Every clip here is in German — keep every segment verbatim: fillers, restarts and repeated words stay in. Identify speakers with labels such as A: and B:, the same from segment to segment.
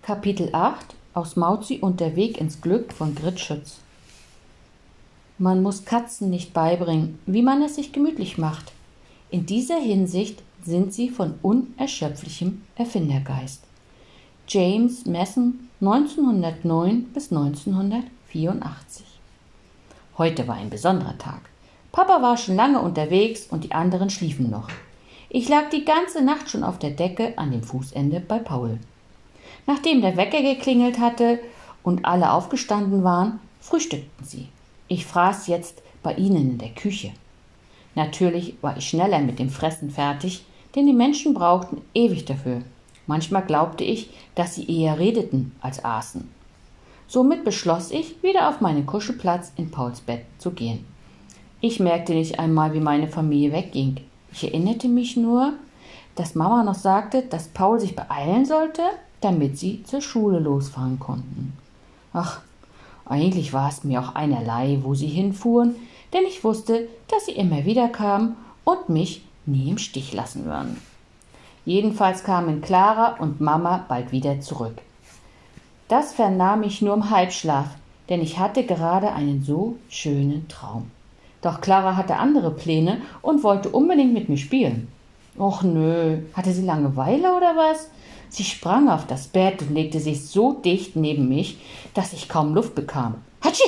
A: Kapitel acht aus Mauzi und der Weg ins Glück von Grit Schütz. Man muss Katzen nicht beibringen, wie man es sich gemütlich macht. In dieser Hinsicht sind sie von unerschöpflichem Erfindergeist. James Mason, neunzehnhundertneun bis neunzehnhundertvierundachtzig. Heute war ein besonderer Tag. Papa war schon lange unterwegs und die anderen schliefen noch. Ich lag die ganze Nacht schon auf der Decke an dem Fußende bei Paul. Nachdem der Wecker geklingelt hatte und alle aufgestanden waren, frühstückten sie. Ich fraß jetzt bei ihnen in der Küche. Natürlich war ich schneller mit dem Fressen fertig, denn die Menschen brauchten ewig dafür. Manchmal glaubte ich, dass sie eher redeten als aßen. Somit beschloss ich, wieder auf meinen Kuschelplatz in Pauls Bett zu gehen. Ich merkte nicht einmal, wie meine Familie wegging. Ich erinnerte mich nur, dass Mama noch sagte, dass Paul sich beeilen sollte, damit sie zur Schule losfahren konnten. Ach, eigentlich war es mir auch einerlei, wo sie hinfuhren, denn ich wusste, dass sie immer wieder kamen und mich nie im Stich lassen würden. Jedenfalls kamen Clara und Mama bald wieder zurück. Das vernahm ich nur im Halbschlaf, denn ich hatte gerade einen so schönen Traum. Doch Clara hatte andere Pläne und wollte unbedingt mit mir spielen. Och nö, hatte sie Langeweile oder was? Sie sprang auf das Bett und legte sich so dicht neben mich, dass ich kaum Luft bekam. Hatschi!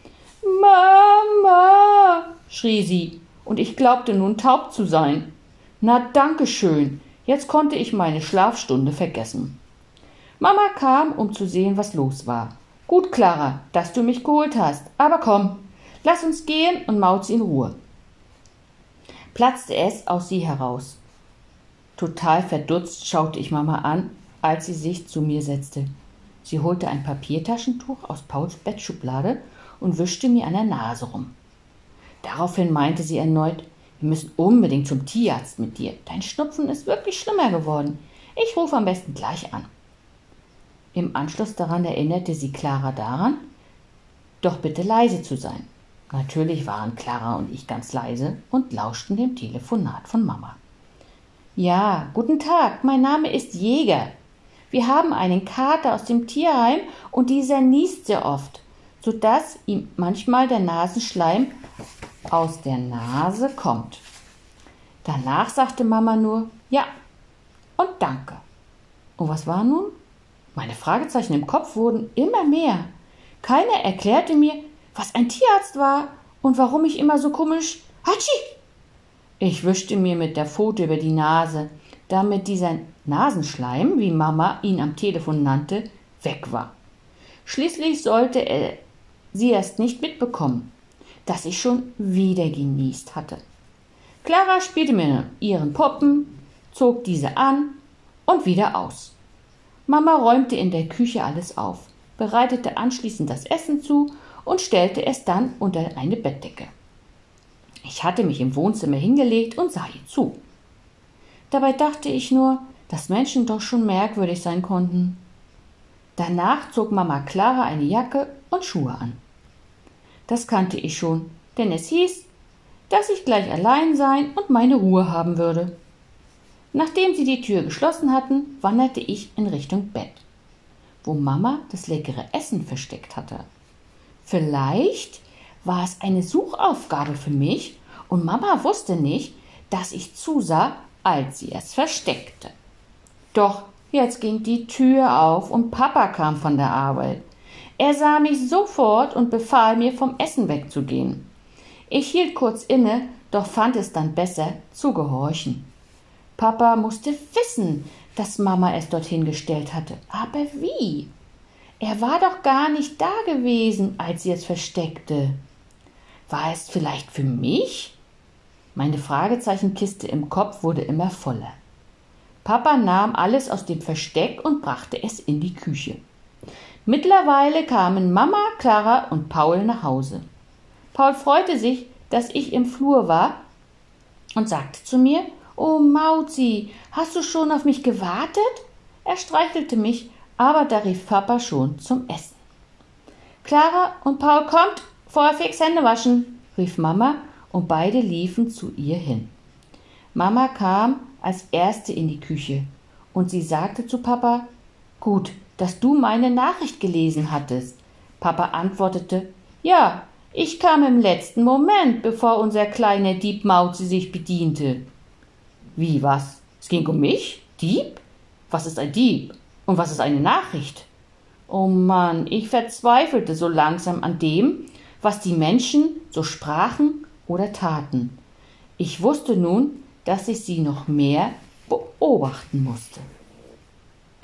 A: Mama! Schrie sie, und ich glaubte nun taub zu sein. Na, danke schön, jetzt konnte ich meine Schlafstunde vergessen. Mama kam, um zu sehen, was los war. Gut, Clara, dass du mich geholt hast, aber komm, lass uns gehen und Mauzi in Ruhe. Platzte es aus sie heraus. Total verdutzt schaute ich Mama an, als sie sich zu mir setzte. Sie holte ein Papiertaschentuch aus Pauls Bettschublade und wischte mir an der Nase rum. Daraufhin meinte sie erneut, wir müssen unbedingt zum Tierarzt mit dir. Dein Schnupfen ist wirklich schlimmer geworden. Ich rufe am besten gleich an. Im Anschluss daran erinnerte sie Clara daran, doch bitte leise zu sein. Natürlich waren Clara und ich ganz leise und lauschten dem Telefonat von Mama. Ja, guten Tag, mein Name ist Jäger. Wir haben einen Kater aus dem Tierheim und dieser niest sehr oft, sodass ihm manchmal der Nasenschleim aus der Nase kommt. Danach sagte Mama nur, ja und danke. Und was war nun? Meine Fragezeichen im Kopf wurden immer mehr. Keiner erklärte mir, was ein Tierarzt war und warum ich immer so komisch Hatschi! Ich wischte mir mit der Pfote über die Nase, damit dieser Nasenschleim, wie Mama ihn am Telefon nannte, weg war. Schließlich sollte er sie erst nicht mitbekommen, dass ich schon wieder genießt hatte. Clara spielte mir ihren Puppen, zog diese an und wieder aus. Mama räumte in der Küche alles auf, bereitete anschließend das Essen zu und stellte es dann unter eine Bettdecke. Ich hatte mich im Wohnzimmer hingelegt und sah ihr zu. Dabei dachte ich nur, dass Menschen doch schon merkwürdig sein konnten. Danach zog Mama Clara eine Jacke und Schuhe an. Das kannte ich schon, denn es hieß, dass ich gleich allein sein und meine Ruhe haben würde. Nachdem sie die Tür geschlossen hatten, wanderte ich in Richtung Bett, wo Mama das leckere Essen versteckt hatte. Vielleicht war es eine Suchaufgabe für mich und Mama wusste nicht, dass ich zusah, als sie es versteckte. Doch jetzt ging die Tür auf und Papa kam von der Arbeit. Er sah mich sofort und befahl mir, vom Essen wegzugehen. Ich hielt kurz inne, doch fand es dann besser, zu gehorchen. Papa musste wissen, dass Mama es dorthin gestellt hatte. Aber wie? Er war doch gar nicht da gewesen, als sie es versteckte. War es vielleicht für mich? Meine Fragezeichenkiste im Kopf wurde immer voller. Papa nahm alles aus dem Versteck und brachte es in die Küche. Mittlerweile kamen Mama, Clara und Paul nach Hause. Paul freute sich, dass ich im Flur war und sagte zu mir, »Oh Mauzi, hast du schon auf mich gewartet?« Er streichelte mich, aber da rief Papa schon zum Essen. »Clara und Paul, kommt, vorher fix Hände waschen«, rief Mama und beide liefen zu ihr hin. Mama kam als Erste in die Küche und sie sagte zu Papa, Gut, dass du meine Nachricht gelesen hattest. Papa antwortete, ja, ich kam im letzten Moment, bevor unser kleiner Dieb Mauzi sich bediente. Wie, was? Es ging um mich? Dieb? Was ist ein Dieb? Und was ist eine Nachricht? Oh Mann, ich verzweifelte so langsam an dem, was die Menschen so sprachen oder taten. Ich wusste nun, dass ich sie noch mehr beobachten musste.